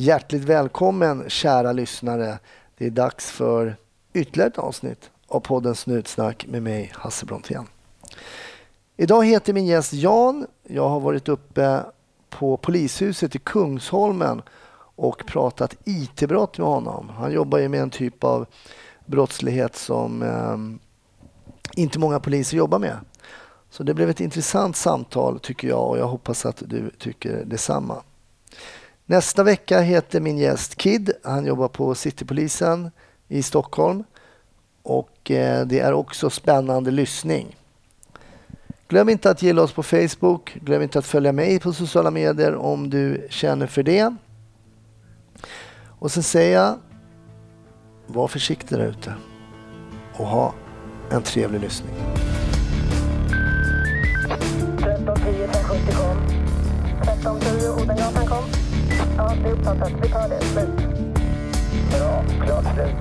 Hjärtligt välkommen kära lyssnare. Det är dags för ytterligare ett avsnitt av podden Snutsnack med mig, Hasse Brontén. Idag heter min gäst Jan. Jag har varit uppe på polishuset i Kungsholmen och pratat IT-brott med honom. Han jobbar ju med en typ av brottslighet som inte många poliser jobbar med. Så det blev ett intressant samtal tycker jag, och jag hoppas att du tycker detsamma. Nästa vecka heter min gäst Kid. Han jobbar på Citypolisen i Stockholm och det är också spännande lyssning. Glöm inte att gilla oss på Facebook. Glöm inte att följa mig på sociala medier om du känner för det. Och sen säger jag, var försiktig där ute och ha en trevlig lyssning. 1310 570 kom. 1310 Odengatan kom. Ja, det är uppfattat. Vi tar det. Slut. Bra, klart slut.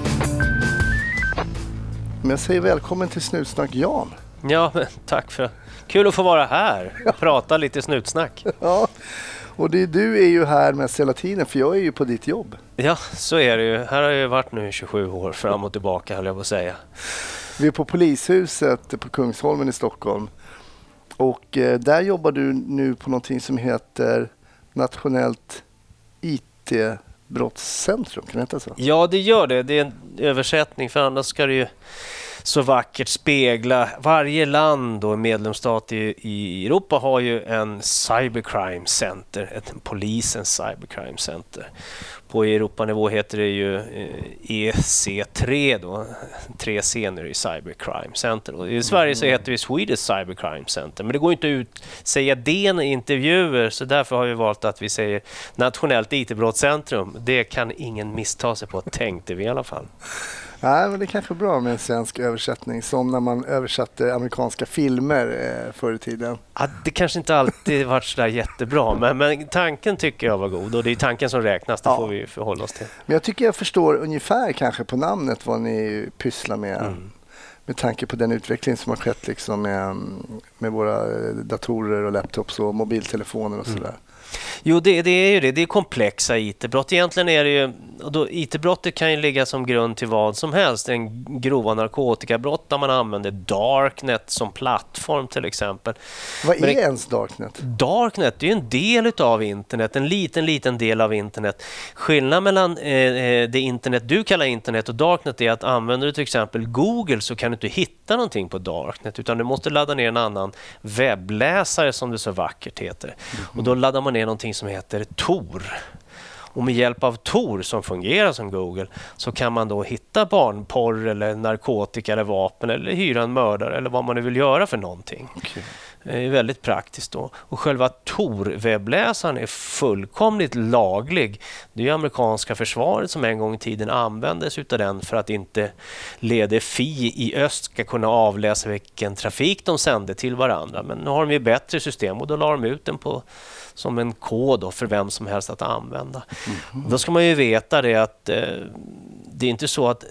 Men jag säger välkommen till Snutsnack Jan. Ja, men tack för kul att få vara här och prata lite snutsnack. Ja, och du är ju här mest hela tiden för jag är ju på ditt jobb. Ja, så är det ju. Här har jag ju varit nu 27 år fram och tillbaka, höll jag på att säga. Vi är på polishuset på Kungsholmen i Stockholm. Och där jobbar du nu på någonting som heter Nationellt IT-brottscentrum, kan det heta så? Ja, det gör det. Det är en översättning, för annars ska det ju så vackert spegla. Varje land och medlemsstat i Europa har ju en cybercrime center, ett polisens cybercrime center. På Europanivå heter det ju EC3 då, 3C nu i cybercrime center. Och i Sverige så heter det Swedish cybercrime center, men det går inte ut säga det i intervjuer, så därför har vi valt att vi säger Nationellt IT-brottscentrum. Det kan ingen missta sig på, tänkte vi i alla fall. Nej, men det är kanske bra med en svensk översättning, som när man översatte amerikanska filmer förr i tiden. Ja, det kanske inte alltid varit så där jättebra, men tanken tycker jag var god, och det är tanken som räknas, det får vi förhålla oss till. Men jag tycker jag förstår ungefär kanske på namnet vad ni pysslar med. Med tanke på den utveckling som har skett liksom med våra datorer och laptops och mobiltelefoner och sådär. Jo, det är ju det. Det är komplexa IT-brott. Egentligen är det ju, och då, IT-brottet kan ju ligga som grund till vad som helst. En grova narkotikabrott där man använder Darknet som plattform till exempel. Vad är ens Darknet? Darknet är ju en del av internet, en liten del av internet. Skillnaden mellan det internet du kallar internet och Darknet är att använder du till exempel Google så kan du inte hitta någonting på Darknet, utan du måste ladda ner en annan webbläsare som det så vackert heter. Och då laddar man ner någonting som heter Tor. Och med hjälp av Tor som fungerar som Google så kan man då hitta barnporr eller narkotika eller vapen eller hyra en mördare eller vad man nu vill göra för någonting. Okay. Det är väldigt praktiskt då. Och själva Tor-webbläsaren är fullkomligt laglig. Det är ju amerikanska försvaret som en gång i tiden användes utav den för att inte lede FI i öst ska kunna avläsa vilken trafik de sände till varandra. Men nu har de ju bättre system och då la de ut den som en kod då för vem som helst att använda. Då ska man ju veta det att det är inte så att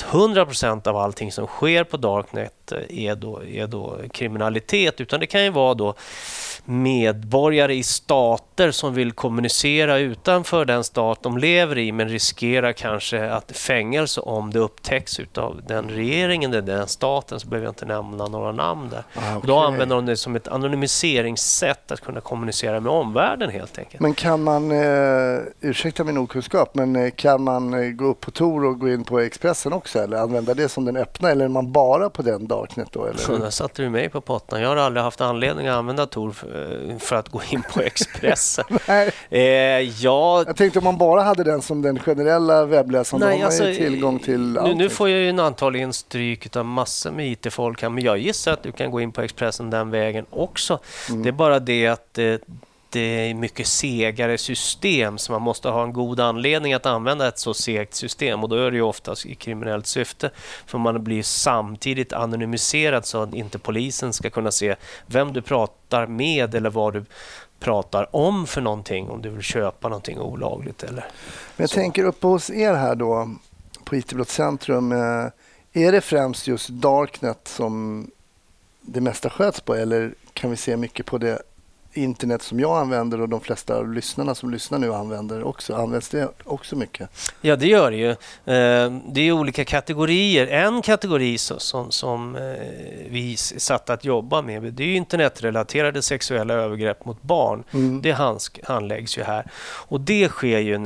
100% av allting som sker på Darknet är då kriminalitet, utan det kan ju vara då medborgare i stater som vill kommunicera utanför den stat de lever i, men riskerar kanske att fängelse om det upptäcks utav den regeringen eller den staten, så behöver jag inte nämna några namn där. Okay. Då använder de det som ett anonymiseringssätt att kunna kommunicera med omvärlden helt enkelt. Men kan man, ursäkta min okunskap, men kan man gå upp på Tor och gå in på Expressen också, eller använda det som den öppna, eller är man bara på den Darknet då? Eller? Så där satte du mig på pottan. Jag har aldrig haft anledning att använda Tor för att gå in på Expressen. Jag tänkte om man bara hade den som den generella webbläsaren, då har man ju tillgång till allt. Nu får jag ju antagligen stryk av massor med IT-folk här, men jag gissar att du kan gå in på Expressen den vägen också. Det är bara det att det är mycket segare system, så man måste ha en god anledning att använda ett så segt system, och då är det ju oftast i kriminellt syfte, för man blir samtidigt anonymiserad så att inte polisen ska kunna se vem du pratar med eller vad du pratar om för någonting, om du vill köpa någonting olagligt eller. Men jag tänker uppe hos er här då på IT-brottscentrum, är det främst just Darknet som det mesta sköts på, eller kan vi se mycket på det internet som jag använder och de flesta av lyssnarna som lyssnar nu använder också. Används det också mycket? Ja, det gör det ju. Det är olika kategorier. En kategori som vi är satt att jobba med, det är ju internetrelaterade sexuella övergrepp mot barn. Det handläggs ju här. Och det sker ju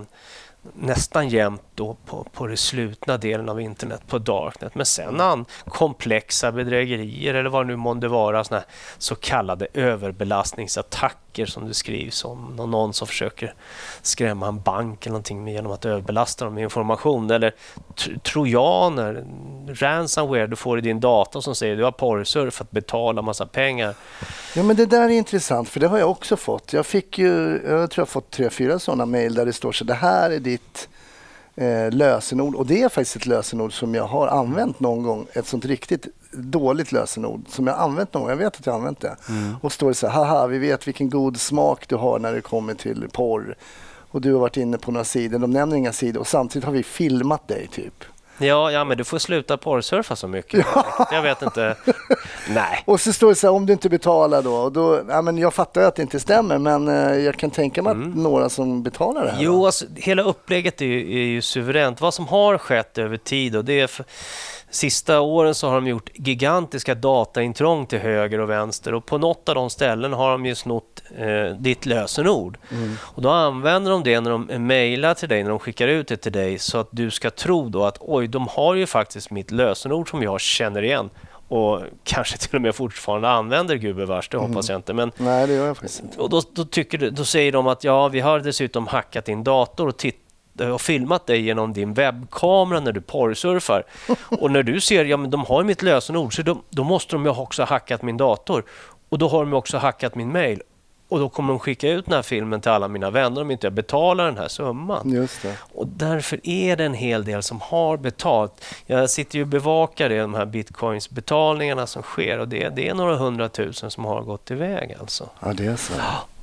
nästan jämt då på den slutna delen av internet, på darknet. Men sen komplexa bedrägerier eller vad det nu månde vara, såna här så kallade överbelastningsattacker som det skrivs om. Någon som försöker skrämma en bank eller någonting genom att överbelasta dem med information. Eller trojaner, ransomware du får i din dator som säger du har porrsurfat, betala massa pengar. Ja, men det där är intressant, för det har jag också fått. Jag tror jag har fått 3-4 sådana mejl där det står så: det här är ditt lösenord. Och det är faktiskt ett lösenord som jag har använt någon gång. Ett sånt riktigt dåligt lösenord som jag har använt någon gång. Jag vet att jag har använt det. Och står det så här: haha, vi vet vilken god smak du har när det kommer till porr. Och du har varit inne på några sidor. De nämner inga sidor. Och samtidigt har vi filmat dig typ. Ja, men du får sluta porrsurfa så mycket. Jag vet inte. Nej. Och så står det så här: om du inte betalar då. Och då men jag fattar att det inte stämmer, men jag kan tänka mig att några som betalar det här. Jo, alltså, hela upplägget är ju suveränt. Vad som har skett över tid, och det är sista åren så har de gjort gigantiska dataintrång till höger och vänster, och på något av de ställen har de ju snott ditt lösenord. Och då använder de det när de mejlar till dig, när de skickar ut det till dig, så att du ska tro då att oj, de har ju faktiskt mitt lösenord som jag känner igen. Och kanske till och med fortfarande använder gubevars, det hoppas jag inte. Men, nej, det gör jag faktiskt inte. Och då säger de att ja, vi har dessutom hackat din dator och filmat dig genom din webbkamera när du porrsurfar. Och när du ser, ja men de har mitt lösenord, så då måste de ju också ha hackat min dator. Och då har de också hackat min mail. Och då kommer de skicka ut den här filmen till alla mina vänner om inte jag betalar den här summan. Just det. Och därför är det en hel del som har betalt. Jag sitter ju och bevakar de här bitcoins-betalningarna som sker. Och det är några 100 000 som har gått iväg alltså. Ja, det är så.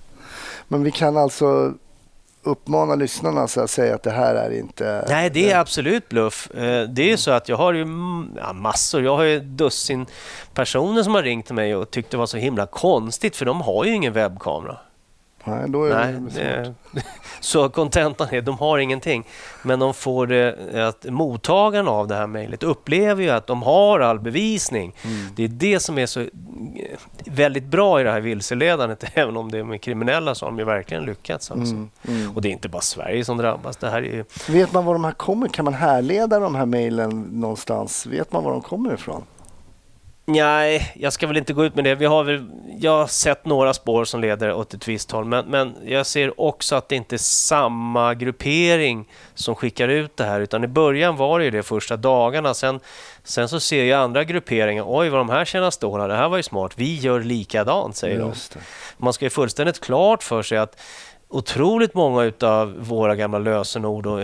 Men vi kan alltså uppmana lyssnarna så att säga att det här är inte... Nej, det är absolut bluff. Det är ju så att jag har ju massor. Jag har ju dussin personer som har ringt till mig och tyckte det var så himla konstigt, för de har ju ingen webbkamera. Nej, då är det så kontentan är, de har ingenting. Men de får att mottagaren av det här mejlet upplever ju att de har all bevisning. Det är det som är så väldigt bra i det här vilseledandet. Även om det är med kriminella så har de ju verkligen lyckats. Alltså. Och det är inte bara Sverige som drabbas. Det här är ju... Vet man var de här kommer? Kan man härleda de här mejlen någonstans? Vet man var de kommer ifrån? Nej, jag ska väl inte gå ut med det. Jag har sett några spår som leder åt ett visst håll, men jag ser också att det inte är samma gruppering som skickar ut det här, utan i början var det ju det första dagarna. Sen så ser jag andra grupperingar. Oj, vad de här tjänar stålar. Det här var ju smart. Vi gör likadant, säger de. Man ska ju fullständigt klart för sig att otroligt många utav våra gamla lösenord och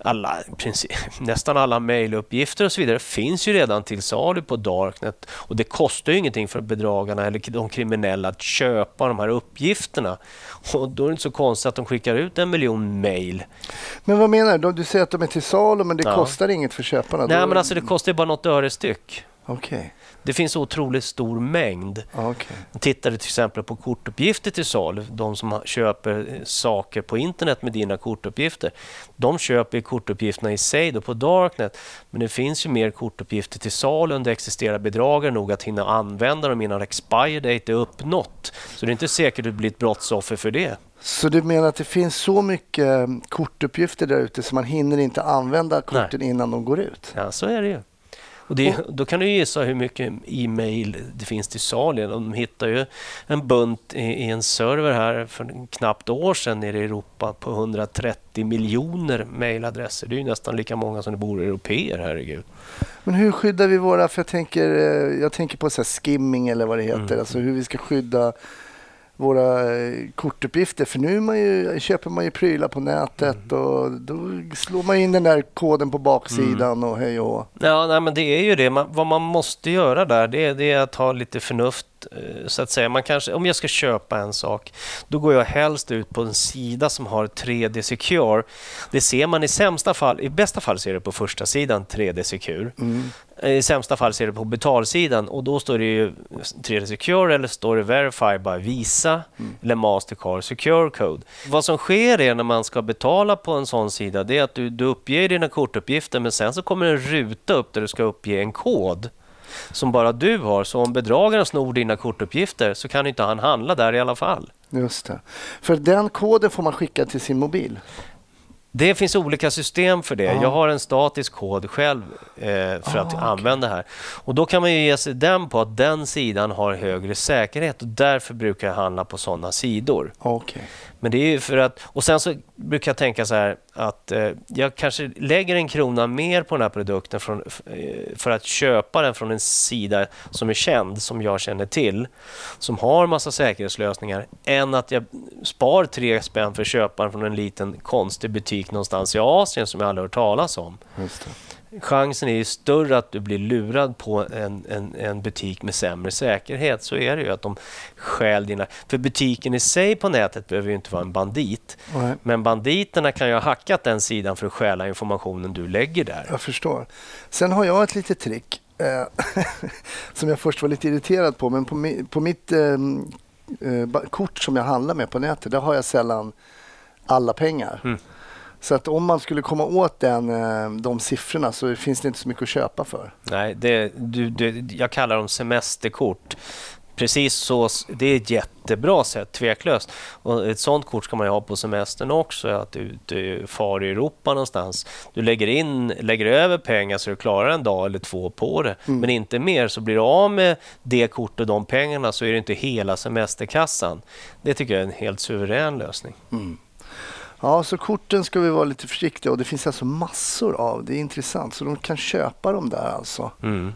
nästan alla mejluppgifter och så vidare finns ju redan till salu på darknet, och det kostar ju ingenting för bedragarna eller de kriminella att köpa de här uppgifterna, och då är det inte så konstigt att de skickar ut 1 miljon mejl. Men vad menar du? Du säger att de är till salu, men det kostar inget för köparna? Nej, men alltså det kostar ju bara något öre styck. Okej. Det finns otroligt stor mängd. Okay. Tittar du till exempel på kortuppgifter till salu, de som köper saker på internet med dina kortuppgifter, de köper kortuppgifterna i sig då på darknet, men det finns ju mer kortuppgifter till salu än det existerar bedragare nog att hinna använda dem innan expire date är uppnått. Så det är inte säkert att du blir ett brottsoffer för det. Så du menar att det finns så mycket kortuppgifter där ute så man hinner inte använda korten innan de går ut? Ja, så är det ju. Och då kan du gissa hur mycket e-mail det finns till salu. De hittar ju en bunt i en server här för knappt år sedan nere i Europa på 130 miljoner mejladresser. Det är ju nästan lika många som det bor europeer, herregud. Men hur skyddar vi våra, för jag tänker på så här skimming eller vad det heter, alltså hur vi ska skydda våra kortuppgifter, för nu köper man ju prylar på nätet och då slår man in den där koden på baksidan och hej och... Ja, nej, men det är ju det. Vad man måste göra där, det är att ha lite förnuft så att säga. Man kanske, om jag ska köpa en sak, då går jag helst ut på en sida som har 3D Secure. Det ser man i sämsta fall, i bästa fall ser det på första sidan 3D Secure. I sämsta fall ser det på betalsidan och då står det ju 3D Secure eller står det Verify by Visa eller Mastercard Secure Code. Vad som sker är när man ska betala på en sån sida, det är att du uppger dina kortuppgifter, men sen så kommer en ruta upp där du ska uppge en kod som bara du har. Så om bedragaren snor dina kortuppgifter så kan inte han handla där i alla fall. Just det. För den koden får man skicka till sin mobil? Det finns olika system för det. Jag har en statisk kod själv för att använda det här. Och då kan man ju ge sig den på att den sidan har högre säkerhet och därför brukar jag handla på sådana sidor. Okay. Men det är ju för att, och sen så brukar jag tänka så här att jag kanske lägger en krona mer på den här produkten för att köpa den från en sida som är känd, som jag känner till, som har massa säkerhetslösningar, än att jag spar 3 spänn för köparen från en liten konstig butik någonstans i Asien som jag aldrig hört talas om. Just det. Chansen är ju större att du blir lurad på en butik med sämre säkerhet, så är det ju att de stjäl dina... För butiken i sig på nätet behöver ju inte vara en bandit. Nej. Men banditerna kan ju ha hackat den sidan för att stjäla informationen du lägger där. Jag förstår. Sen har jag ett litet trick som jag först var lite irriterad på, men på mitt kort som jag handlar med på nätet, där har jag sällan alla pengar. Så att om man skulle komma åt de siffrorna så finns det inte så mycket att köpa för. Nej, jag kallar dem semesterkort. Precis så, det är ett jättebra sätt, tveklöst. Och ett sånt kort ska man ju ha på semestern också, att du far i Europa någonstans. Du lägger över pengar så du klarar en dag eller 2 på det. Men inte mer, så blir du av med det kort och de pengarna så är det inte hela semesterkassan. Det tycker jag är en helt suverän lösning. Ja, så korten ska vi vara lite försiktiga, och det finns alltså massor av. Det är intressant, så de kan köpa dem där alltså.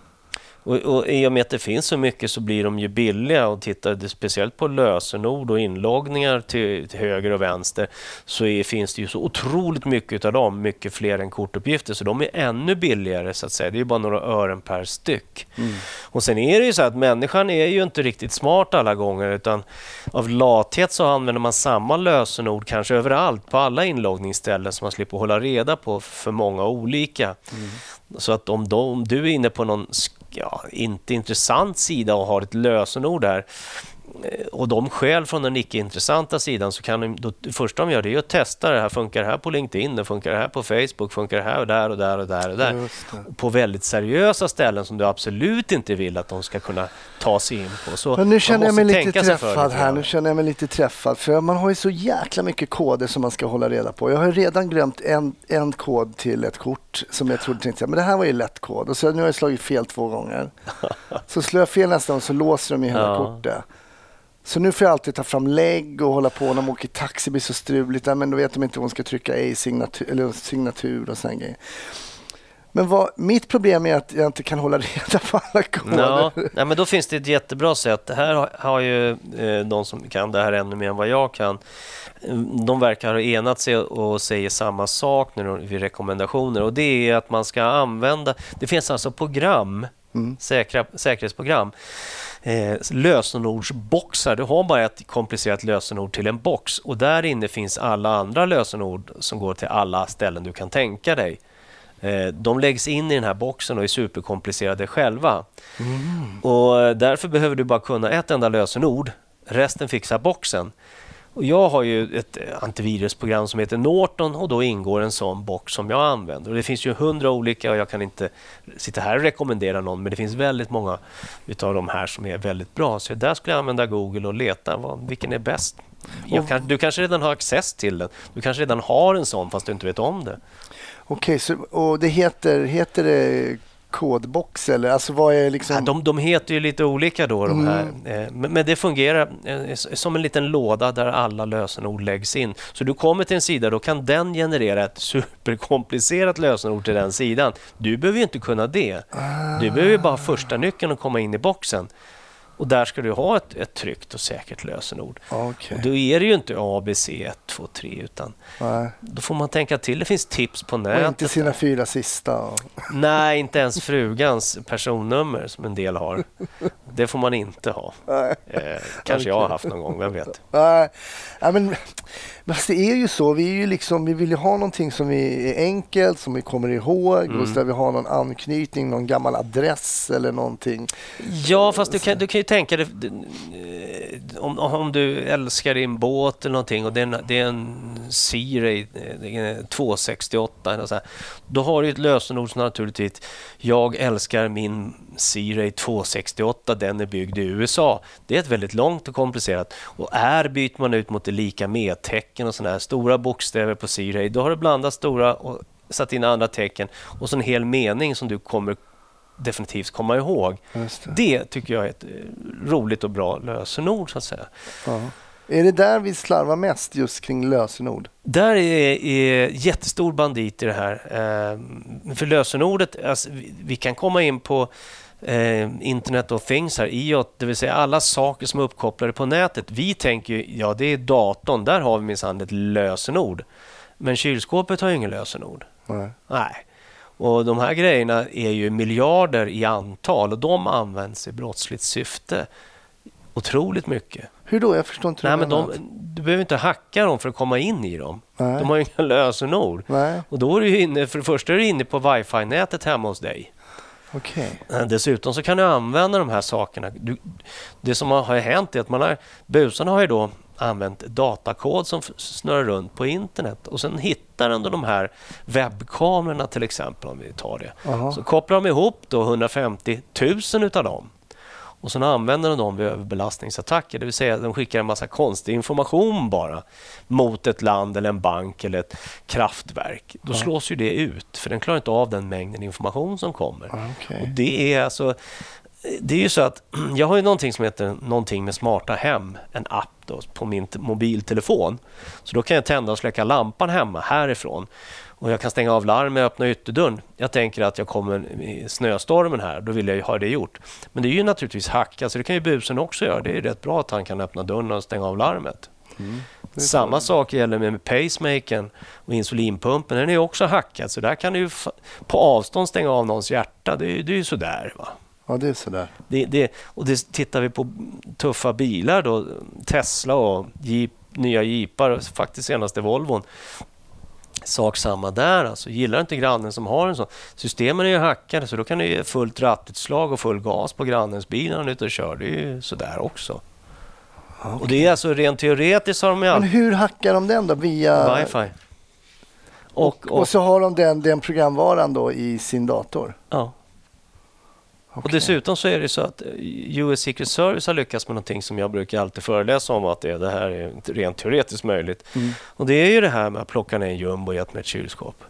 Och i och med att det finns så mycket så blir de ju billiga, och tittar det speciellt på lösenord och inloggningar till höger och vänster, så finns det ju så otroligt mycket av dem, mycket fler än kortuppgifter, så de är ännu billigare så att säga. Det är ju bara några ören per styck. Och sen är det ju så att människan är ju inte riktigt smart alla gånger, utan av lathet så använder man samma lösenord kanske överallt på alla inloggningsställen, så man slipper hålla reda på för många olika. Så att om du är inne på någon inte intressant sida och har ett lösenord där, och de skäl från den icke-intressanta sidan, så kan det första de gör det är att testa det här. Funkar det här på LinkedIn? Funkar det här på Facebook? Funkar det här och där och där och där och där? På väldigt seriösa ställen som du absolut inte vill att de ska kunna ta sig in på. Så men nu känner jag mig lite träffad här. Nu känner jag mig lite träffad, för man har ju så jäkla mycket koder som man ska hålla reda på. Jag har redan glömt en kod till ett kort som jag tänkte, men det här var ju lätt kod. Och så nu har jag slagit fel 2 gånger. Så slår jag fel nästa gång så låser de i hela kortet. Så nu får jag alltid ta fram lägg och hålla på när de åker taxi, blir så struligt. Men då vet de inte om de ska trycka signatur och sån grejer. Men mitt problem är att jag inte kan hålla reda på alla koder. Ja, men då finns det ett jättebra sätt. Det här har ju de som kan det här ännu mer än vad jag kan. De verkar ha enat sig och säger samma sak nu vid rekommendationer. Och det är att man ska använda... Det finns alltså program, säkerhetsprogram. Lösenordsboxar. Du har bara ett komplicerat lösenord till en box, och där inne finns alla andra lösenord som går till alla ställen du kan tänka dig. De läggs in i den här boxen och är superkomplicerade själva. Och därför behöver du bara kunna ett enda lösenord. Resten fixar boxen. Och jag har ju ett antivirusprogram som heter Norton, och då ingår en sån box som jag använder. Och det finns ju 100 olika, och jag kan inte sitta här och rekommendera någon, men det finns väldigt många utav de här som är väldigt bra. Så där skulle jag använda Google och leta vilken är bäst. Du kanske redan har access till den. Du kanske redan har en sån fast du inte vet om det. Okej, och det heter det kodbox, eller alltså vad är liksom... Ja, de heter ju lite olika då, de här. Men det fungerar som en liten låda där alla lösenord läggs in. Så du kommer till en sida, då kan den generera ett superkomplicerat lösenord till den sidan. Du behöver ju inte kunna det. Du behöver ju bara första nyckeln och komma in i boxen. Och där ska du ha ett tryggt och säkert lösenord. Okay. Och då är det ju inte ABC 1, 2, 3 utan då får man tänka till. Det finns tips på nätet. Och inte sina 4 sista. Nej, inte ens frugans personnummer som en del har. Det får man inte ha. Kanske jag har haft någon gång, vem vet. Nej, men det är ju så. Vi vill ju ha någonting som är enkelt, som vi kommer ihåg och så där vi har någon anknytning, någon gammal adress eller någonting. Ja, fast du kan ju tänka dig om du älskar din båt eller någonting och det är en Sea Ray 268 eller så här, då har du ett lösenord som naturligtvis jag älskar min Sea Ray 268, den är byggd i USA. Det är ett väldigt långt och komplicerat. Och byter man ut mot det lika med-tecken och sådana här stora bokstäver på Sea Ray, då har du blandat stora och satt in andra tecken och så en hel mening som du kommer definitivt komma ihåg. Det tycker jag är ett roligt och bra lösenord så att säga. Ja. Är det där vi slarvar mest just kring lösenord? Där är jättestor bandit i det här. För lösenordet, alltså, vi kan komma in på Internet of Things här, IoT, det vill säga alla saker som är uppkopplade på nätet. Vi tänker ju, det är datorn, där har vi minsann ett lösenord. Men kylskåpet har ju ingen lösenord. Nej. Och de här grejerna är ju miljarder i antal och de används i brottsligt syfte otroligt mycket. Hur då? Jag förstår inte. Nej, men du behöver inte hacka dem för att komma in i dem. Nej. De har ju inga lösenord. Nej. Och då är du inne, för det första är du inne på wifi-nätet hemma hos dig. Okay. Dessutom så kan du använda de här sakerna. Det som har hänt är att busarna har ju då använt datakod som snurrar runt på internet och sen hittar de här webbkamerorna till exempel, om vi tar det. Så kopplar de ihop då 150 000 utav dem. Och sen använder de dem vid överbelastningsattacker. Det vill säga att de skickar en massa konstig information bara mot ett land eller en bank eller ett kraftverk. Då slås ju det ut, för den klarar inte av den mängden information som kommer. Okay. Och det är ju så att jag har ju någonting som heter någonting med smarta hem, en app då, på min mobiltelefon. Så då kan jag tända och släcka lampan hemma härifrån. Och jag kan stänga av larmet och öppna ytterdörren. Jag tänker att jag kommer i snöstormen här. Då vill jag ju ha det gjort. Men det är ju naturligtvis hackat. Så det kan ju busen också göra. Det är ju rätt bra att han kan öppna dörren och stänga av larmet. Samma sak gäller med pacemakern och insulinpumpen. Den är ju också hackad. Så där kan du ju på avstånd stänga av någons hjärta. Det är ju sådär, va? Ja, det är sådär. Och det tittar vi på tuffa bilar då. Tesla och nya Jeepar. Faktiskt senaste Volvon. Sak samma där, alltså. Gillar inte grannen som har en sån. Systemen är ju hackade, så då kan du ge fullt rattutslag och full gas på grannens bil när han är ute och kör. Det är ju sådär också. Okay. Och det är alltså rent teoretiskt har de ju Men hur hackar de den då? Via Wifi. Och så har de den programvaran då i sin dator? Ja. Okay. Och dessutom så är det så att US Secret Service har lyckats med någonting som jag brukar alltid föreläsa om, att det här är rent teoretiskt möjligt. Och det är ju det här med att plocka ner en jumbojet med ett kylskåp.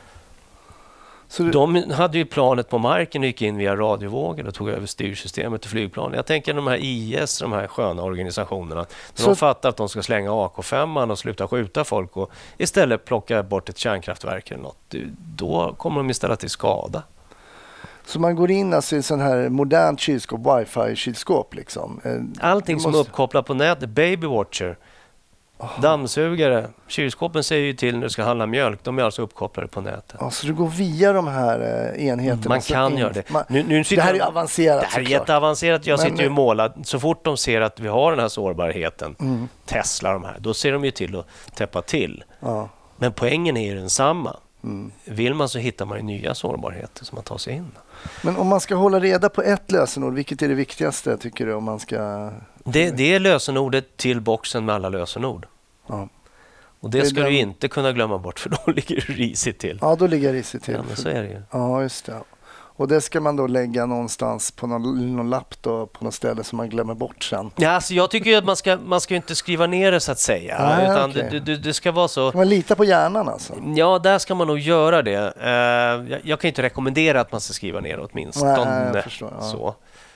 Så de hade ju planet på marken och gick in via radiovågor och tog över styrsystemet till flygplan. Jag tänker de här IS, de här sköna organisationerna, när de fattar att de ska slänga AK5 och sluta skjuta folk och istället plocka bort ett kärnkraftverk eller något, då kommer de istället till skada. Så man går in alltså i en sån här modernt kylskåp, wifi-kylskåp liksom? Allting som är uppkopplat på nätet, Baby Watcher, dammsugare, kylskåpen säger ju till när du ska handla mjölk, de är alltså uppkopplade på nätet. Ja, så du går via de här enheterna? Man kan göra det. Det här är ju avancerat. Det här är jätteavancerat. Jag sitter ju och målar. Så fort de ser att vi har den här sårbarheten, Tesla de här, då ser de ju till att täppa till. Ja. Men poängen är ju densamma. Vill man så hittar man ju nya sårbarheter som man tar sig in. Men om man ska hålla reda på ett lösenord, vilket är det viktigaste tycker du? Om man ska... det är lösenordet till boxen med alla lösenord. Ja. Och det ska du inte kunna glömma bort, för då ligger du risigt till. Ja, då ligger risigt till. Ja, men så är det ju. Ja, just det. Och det ska man då lägga någonstans på någon lapp då, på något ställe som man glömmer bort sen. Ja, alltså jag tycker ju att man ska inte skriva ner det så att säga. Nej, utan okay. det ska vara så... Ska man lita på hjärnan alltså? Ja, där ska man nog göra det. Jag kan inte rekommendera att man ska skriva ner åtminstone. Nej, jag förstår, ja. Så.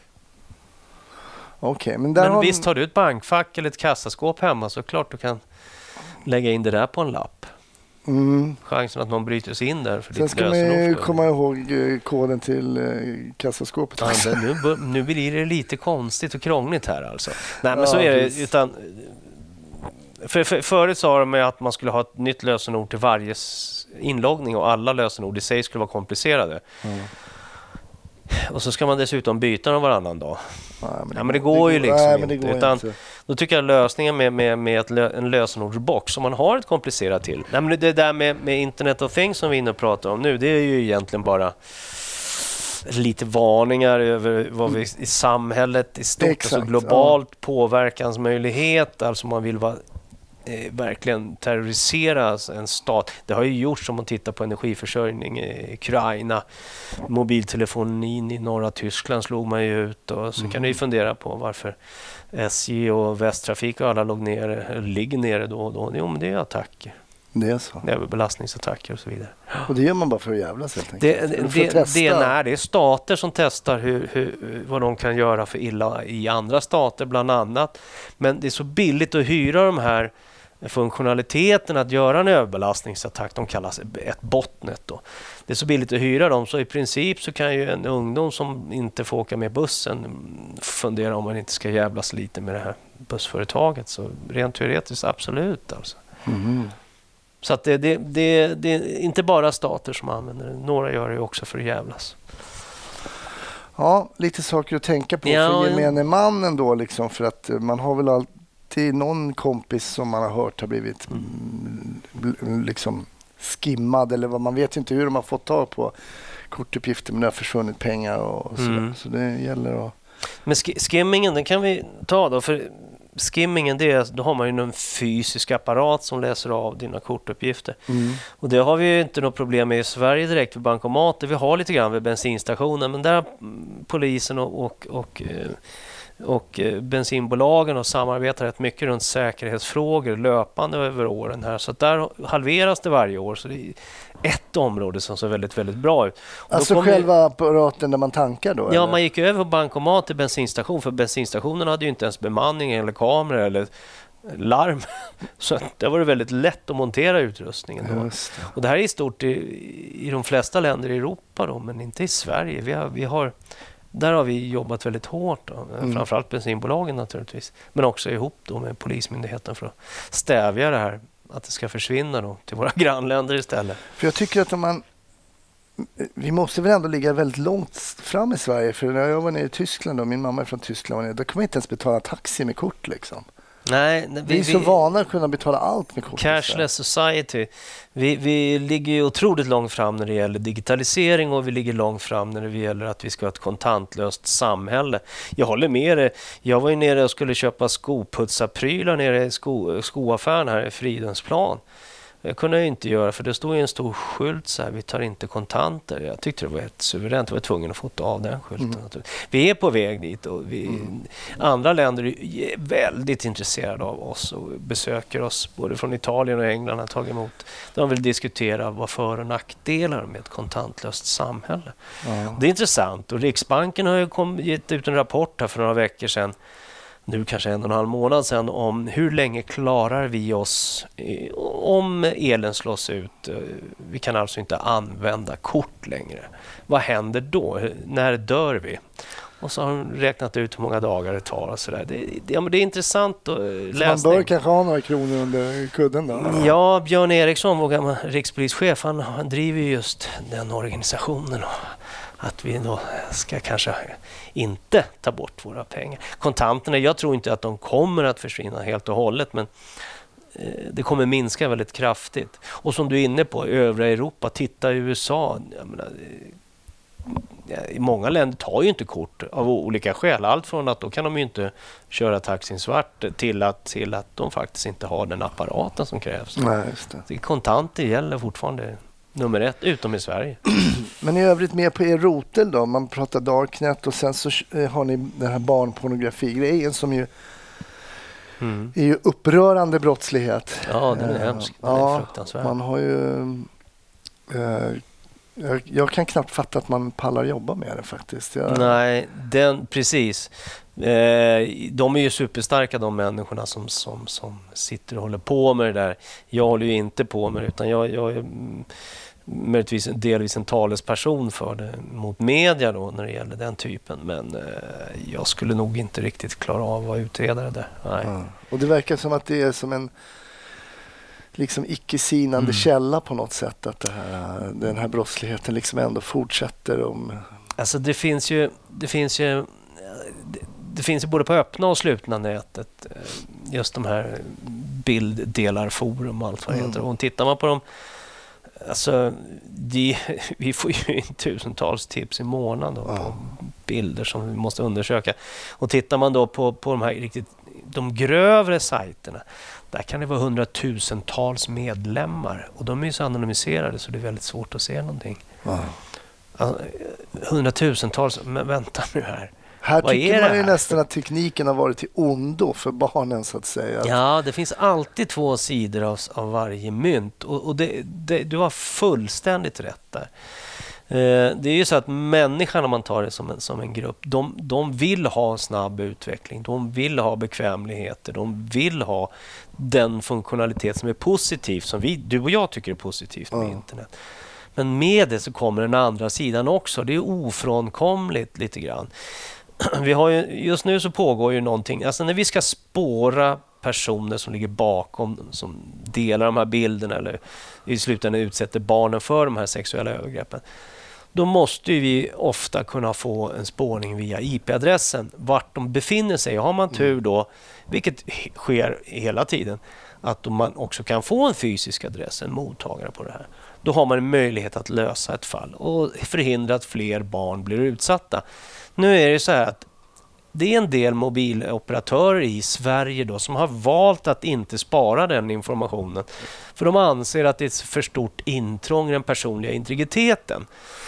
Okay, men visst, har du ett bankfack eller ett kassaskåp hemma så klart du kan lägga in det där på en lapp. Chansen att någon bryter sig in där. För Sen ska man ju komma ihåg koden till kassaskåpet. Ja, nu blir det lite konstigt och krångligt här alltså. Nej, men så är det. Utan, förut sa de att man skulle ha ett nytt lösenord till varje inloggning och alla lösenord i sig skulle vara komplicerade. Och så ska man dessutom byta dem varannan dag. Men det går ju liksom inte. Utan då tycker jag lösningen med en lösenordsbox som man har ett komplicerat till. Nej, men det där med Internet of Things som vi är inne och pratar om nu, det är ju egentligen bara lite varningar över vad vi i samhället i stort, exakt, alltså globalt påverkansmöjlighet, alltså man vill vara verkligen terrorisera en stat. Det har ju gjorts om man tittar på energiförsörjning i Ukraina. Mobiltelefonin i norra Tyskland slog man ju ut och så kan ni fundera på varför SJ och Västtrafik och alla ligger nere då och då. Jo, men det är attacker. Det är så. Det är belastningsattacker och så vidare. Och det gör man bara för att jävlas helt enkelt. Det är stater som testar vad de kan göra för illa i andra stater bland annat. Men det är så billigt att hyra de här funktionaliteten att göra en överbelastningsattack. De kallas ett botnet då. Det är så billigt att hyra dem så i princip så kan ju en ungdom som inte får åka med bussen fundera om man inte ska jävlas lite med det här bussföretaget. Så rent teoretiskt absolut alltså. Så att det är inte bara stater som använder det. Några gör det också för att jävlas. Ja, lite saker att tänka på för gemene man ändå liksom, för att man har väl alltid någon kompis som man har hört har blivit liksom skimmad eller vad, man vet inte hur de har fått tag på kortuppgifter, men det har försvunnit pengar och så det gäller att... Men skimmingen, den kan vi ta då, för skimmingen, då har man ju en fysisk apparat som läser av dina kortuppgifter. Och det har vi ju inte något problem med i Sverige direkt för bankomater. Vi har lite grann vid bensinstationen, men där har polisen och bensinbolagen och samarbetar rätt mycket runt säkerhetsfrågor löpande över åren här. Så att där halveras det varje år. Så det är ett område som ser väldigt, väldigt bra ut. Och alltså själva apparaten där man tankar då? Ja, eller? Man gick över på bankomat till bensinstation, för bensinstationen hade ju inte ens bemanning eller kameror eller larm. Så det var det väldigt lätt att montera utrustningen då. Och det här är stort i de flesta länder i Europa då, men inte i Sverige. Där har vi jobbat väldigt hårt då. Framförallt bensinbolagen naturligtvis, men också ihop då med Polismyndigheten för att stävja det här, att det ska försvinna då till våra grannländer istället. För jag tycker att vi måste väl ändå ligga väldigt långt fram i Sverige, för när jag var nere i Tyskland då, min mamma är från Tyskland, då kan man inte ens betala taxi med kort liksom. Nej, vi är så vana att kunna betala allt med kort. Cashless society. Vi ligger ju otroligt långt fram när det gäller digitalisering, och vi ligger långt fram när det gäller att vi ska ha ett kontantlöst samhälle. Jag håller med dig. Jag var ju nere och skulle köpa skoputsarprylar nere i skoaffären här i Fridhemsplan. Jag kunde ju inte göra, för det stod ju en stor skylt så här: vi tar inte kontanter. Jag tyckte det var ett suveränt. Jag var tvungen att fota av den skylten. Vi är på väg dit, och andra länder är väldigt intresserade av oss och besöker oss både från Italien och England har tagit emot. De vill diskutera vad för- och nackdelar med ett kontantlöst samhälle. Det är intressant, och Riksbanken har ju gett ut en rapport här för några veckor sedan, nu kanske 1,5 månad sedan, om hur länge klarar vi oss om elen slås ut. Vi kan alltså inte använda kort längre. Vad händer då? När dör vi? Och så har de räknat ut hur många dagar det tar och sådär. Det är intressant att läsa. Man bör kanske ha några kronor under kudden då? Ja, Björn Eriksson, vår gamla rikspolischef, han driver just den organisationen. Att vi då ska kanske inte ta bort våra pengar. Kontanterna, jag tror inte att de kommer att försvinna helt och hållet, men det kommer minska väldigt kraftigt. Och som du är inne på, övriga Europa, titta i USA. Jag menar, i många länder tar ju inte kort av olika skäl. Allt från att då kan de ju inte köra taxin svart till att de faktiskt inte har den apparaten som krävs. Nej, just det. Kontanter gäller fortfarande nummer 1, utom i Sverige. Men i övrigt med på er rotel då? Man pratar darknet, och sen så har ni den här barnpornografi-grejen som ju är ju upprörande brottslighet. Ja, den är hemsk. Den är fruktansvärd. Man har ju Jag kan knappt fatta att man pallar jobba med det faktiskt. Nej, precis. De är ju superstarka, de människorna som sitter och håller på med det där. Jag håller ju inte på med det, utan jag är möjligtvis delvis en talesperson för det mot media då, när det gäller den typen. Men jag skulle nog inte riktigt klara av att vara utredare där. Nej. Ja. Och det verkar som att det är som en liksom icke-sinande källa på något sätt, att den här brottsligheten liksom ändå fortsätter. Alltså det finns ju både på öppna och slutna nätet just de här bilddelarforum och allt vad det heter. Och tittar man på dem, alltså vi får ju in tusentals tips i månaden då, på bilder som vi måste undersöka. Och tittar man då på de här de grövre sajterna, där kan det vara hundratusentals medlemmar, och de är ju så anonymiserade så det är väldigt svårt att se någonting. Alltså, hundratusentals, men vänta nu här. Här tycker man ju nästan att tekniken har varit till ondo för barnen, så att säga. Ja, det finns alltid två sidor av varje mynt, och du har fullständigt rätt där. Det är ju så att människan, om man tar det som en grupp, de vill ha snabb utveckling, de vill ha bekvämligheter, de vill ha den funktionalitet som är positiv, som du och jag tycker är positivt med internet. Men med det så kommer den andra sidan också. Det är ofrånkomligt lite grann. Vi har just nu så pågår ju någonting, alltså när vi ska spåra personer som ligger bakom, som delar de här bilderna eller i slutändan utsätter barnen för de här sexuella övergreppen, då måste vi ofta kunna få en spårning via IP-adressen, vart de befinner sig. Har man tur då, vilket sker hela tiden, att man också kan få en fysisk adress, en mottagare på det här. Då har man en möjlighet att lösa ett fall och förhindra att fler barn blir utsatta. Nu är det så här att det är en del mobiloperatörer i Sverige då som har valt att inte spara den informationen. För de anser att det är ett för stort intrång i den personliga integriteten.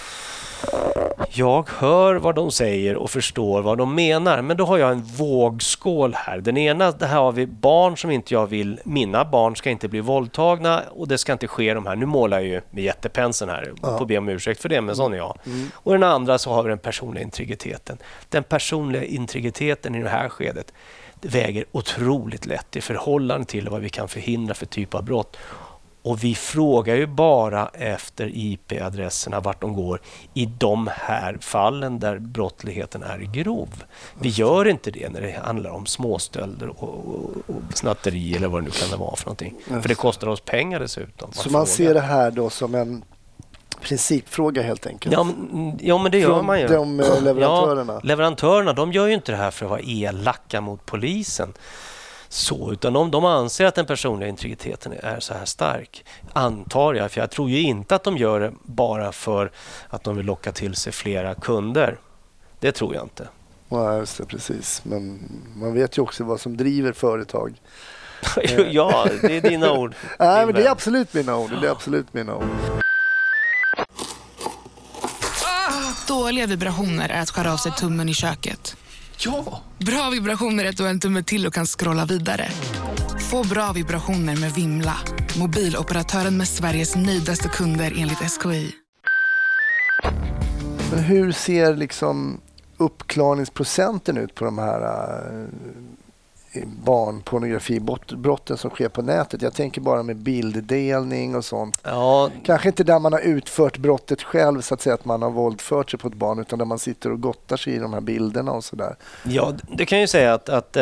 Jag hör vad de säger och förstår vad de menar, men då har jag en vågskål här. Den ena, det här har vi barn som inte jag vill, mina barn ska inte bli våldtagna och det ska inte ske de här. Nu målar jag ju med jättepenseln här och får be om ursäkt för det, men sån är jag. Och den andra så har vi den personliga integriteten. Den personliga integriteten i det här skedet, det väger otroligt lätt i förhållande till vad vi kan förhindra för typ av brott. Och vi frågar ju bara efter IP-adresserna, vart de går i de här fallen där brottsligheten är grov. Vi gör inte det när det handlar om småstölder och snatteri eller vad det nu kan vara för någonting. För det kostar oss pengar dessutom. Så man ser det här då som en principfråga helt enkelt? Ja, men det gör man ju. De leverantörerna? Ja, leverantörerna, de gör ju inte det här för att vara elaka mot polisen. Utan de anser att den personliga integriteten är så här stark, antar jag. För jag tror ju inte att de gör det bara för att de vill locka till sig flera kunder. Det tror jag inte. Ja, just det, precis. Men man vet ju också vad som driver företag. Ja, det är dina ord. Nej, men det är absolut mina ord. Det är absolut mina ord. Dåliga vibrationer är att skära av sig tummen i köket. Ja! Bra vibrationer är att du har en tumme till och kan scrolla vidare. Få bra vibrationer med Vimla. Mobiloperatören med Sveriges nöjdaste kunder enligt SKI. Men hur ser liksom uppklarningsprocenten ut på de här barnpornografibrotten som sker på nätet? Jag tänker bara med bilddelning och sånt. Ja. Kanske inte där man har utfört brottet själv, så att säga, att man har våldfört sig på ett barn, utan där man sitter och gottar sig i de här bilderna och sådär. Ja, det kan ju säga att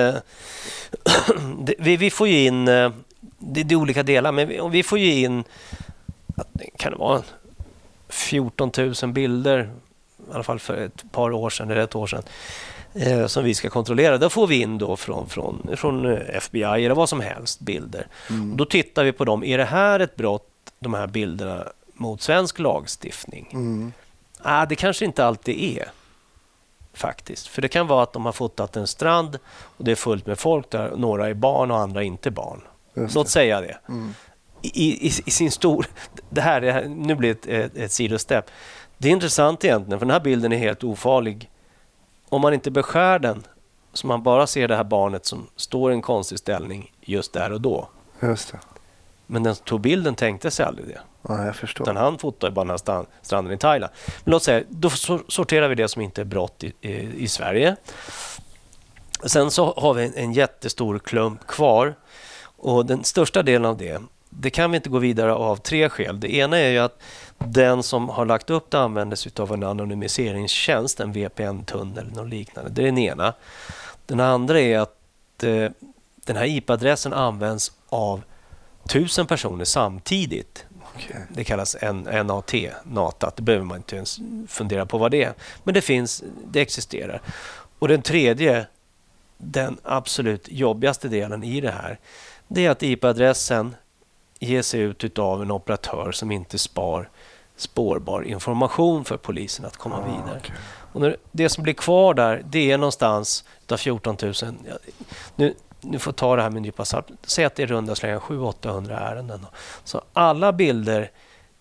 vi får ju in, det är olika delar, men vi får ju in, kan det vara 14 000 bilder, i alla fall för ett par år sedan eller ett år sedan, som vi ska kontrollera. Då får vi in då från FBI eller vad som helst bilder. Och då tittar vi på dem. Är det här ett brott, de här bilderna, mot svensk lagstiftning? Det kanske inte alltid är, faktiskt. För det kan vara att de har fotat en strand och det är fullt med folk där. Några är barn och andra inte barn. Låt säga det. I sin det här, nu blir det ett sidostep. Det är intressant egentligen, för den här bilden är helt ofarlig. Om man inte beskär den, så man bara ser det här barnet som står i en konstig ställning just där och då. Just det. Men den som tog bilden tänkte sig aldrig det. Ja, jag förstår. Utan han fotade bara den här stranden i Thailand. Men låt säga, då sorterar vi det som inte är brott i Sverige. Sen så har vi en jättestor klump kvar. Och den största delen av det kan vi inte gå vidare av 3 skäl. Det ena är ju att den som har lagt upp det användes av en anonymiseringstjänst, en VPN-tunnel eller något liknande. Det är den ena. Den andra är att den här IP-adressen används av 1000 personer samtidigt. Okay. Det kallas NAT, NAT. Det behöver man inte ens fundera på vad det är. Men det existerar. Och den tredje, den absolut jobbigaste delen i det här, det är att IP-adressen ges ut av en operatör som inte spårbar information för polisen att komma vidare. Okay. Och det som blir kvar där, det är någonstans av 14 000. Nu får ta det här med en nypa salt. Säg att det är runda slängar 700-800 ärenden. Så alla bilder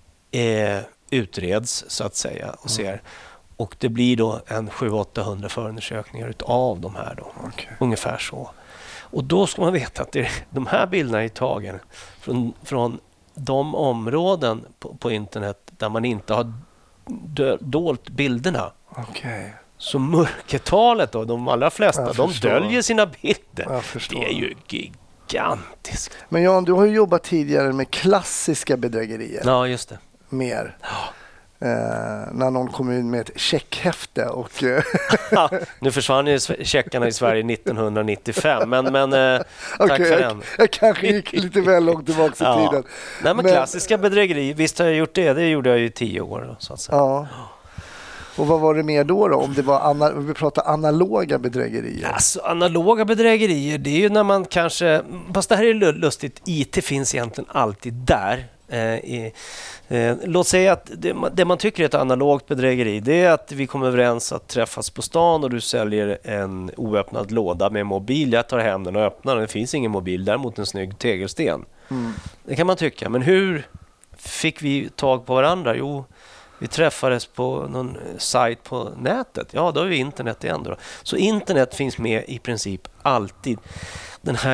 utreds så att säga och ser. Och det blir då en 700-800 förundersökningar utav de här då. Okay. Ungefär så. Och då ska man veta att de här bilderna är tagen från de områden på internet där man inte har dolt bilderna. Okay. Så mörkertalet då, de allra flesta, de döljer sina bilder. Det är ju gigantiskt. Men Jan, du har ju jobbat tidigare med klassiska bedrägerier. Ja, just det. Mer. Ja. När någon kom in med ett checkhäfte och... Ja, nu försvann ju checkarna i Sverige 1995, men tack för den. Jag kanske gick lite väl långt tillbaka i tiden. Nej, men klassiska bedrägerier, visst har jag gjort det. Det gjorde jag ju i 10 år. Då, så att säga. Ja. Och vad var det mer då? Om det var vi pratar analoga bedrägerier. Alltså, analoga bedrägerier, det är ju när man kanske... Fast det här är lustigt. IT finns egentligen alltid där. Låt säga att det man tycker är ett analogt bedrägeri, det är att vi kommer överens att träffas på stan och du säljer en oöppnad låda med mobil. Jag tar hem den och öppnar den. Det finns ingen mobil, däremot en snygg tegelsten. Det kan man tycka. Men hur fick vi tag på varandra? Jo, vi träffades på någon sajt på nätet. Ja, då är vi internet igen då. Så internet finns med i princip alltid. Den här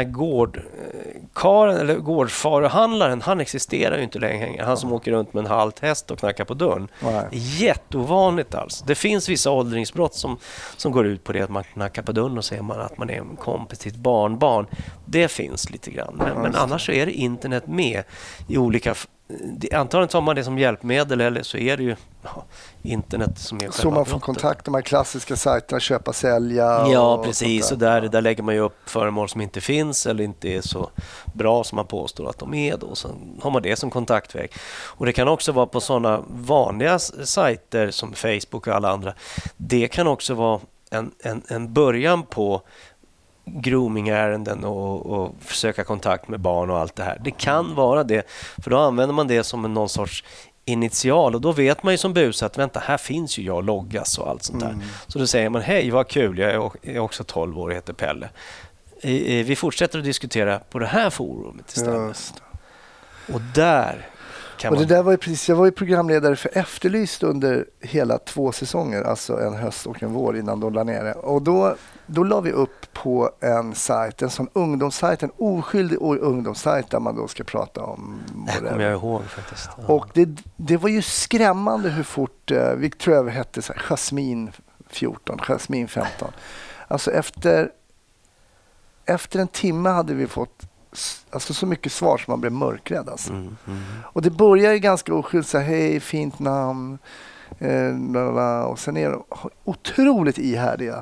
gårdfaruhandlaren, han existerar ju inte längre. Han som åker runt med en halt häst och knackar på dörren. Nej. Jätteovanligt alltså. Det finns vissa åldringsbrott som går ut på det att man knackar på dörren och säger att man är en kompis till ett barnbarn. Det finns lite grann. Men annars så är det internet med i olika... Antagligen tar man det som hjälpmedel eller så är det ju internet som är själva så man får brottet. kontakt med de här klassiska sajterna, köpa, sälja. Ja, precis. Och där lägger man ju upp föremål som inte finns eller inte är så bra som man påstår att de är. Då. Så har man det som kontaktväg. Och det kan också vara på sådana vanliga sajter som Facebook och alla andra. Det kan också vara en början på groomingärenden och försöka kontakt med barn och allt det här. Det kan vara det, för då använder man det som någon sorts initial och då vet man ju som bus att vänta, här finns ju jag loggas och allt sånt där. Så då säger man, hej vad kul, jag är också 12 år och heter Pelle. Vi fortsätter att diskutera på det här forumet istället. Just. Och där kan och det där var ju precis, jag var ju programledare för Efterlyst under hela 2 säsonger, alltså en höst och en vår innan de la ner det. Och då la vi upp på en sajt, en sån ungdomssajt, en oskyldig ungdomssajt där man då ska prata om... Det kommer jag ihåg faktiskt. Ja. Och det var ju skrämmande hur fort, vi tror jag hette så här, Jasmin 14, Jasmin 15. Alltså efter en timme hade vi fått alltså så mycket svar som man blev mörkrädd. Alltså. Och det börjar ju ganska oskyldigt, så här, hej, fint namn, och sen är de otroligt ihärdiga.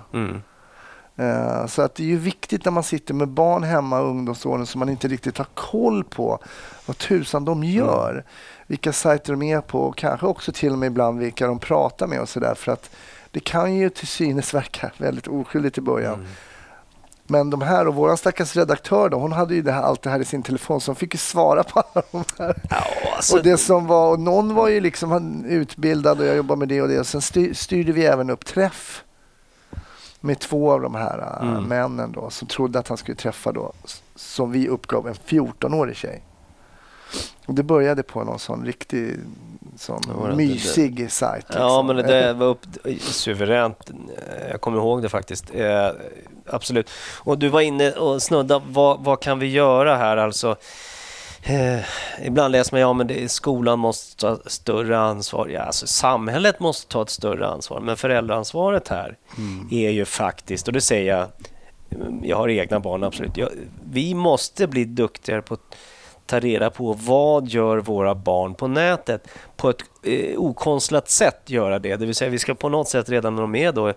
Så att det är ju viktigt när man sitter med barn hemma i ungdomsåren så man inte riktigt har koll på vad tusan de gör. Vilka sajter de är på och kanske också till och med ibland vilka de pratar med och sådär. För att det kan ju till synes verka väldigt oskyldigt i början. Men de här och våran stackars redaktör då, hon hade ju allt det här i sin telefon så hon fick ju svara på alla de här. Ja, alltså... Och det som var, och någon var ju liksom utbildad och jag jobbade med det och det. Och sen styrde vi även upp träff med 2 av de här männen då som trodde att han skulle träffa då, som vi uppgav, en 14-årig tjej. Och det började på någon sån riktig sån mysig sajt. Liksom. Ja, men det var suveränt. Jag kommer ihåg det faktiskt. Absolut. Och du var inne och snudda, vad kan vi göra här? Alltså, Ibland läser man men skolan måste ta större ansvar. Ja, alltså, samhället måste ta ett större ansvar. Men föräldraansvaret här är ju faktiskt, och det säger jag har egna barn absolut. Vi måste bli duktigare på att ta reda på vad gör våra barn på nätet. På ett okonstlat sätt göra det. Det vill säga vi ska på något sätt redan när de är då.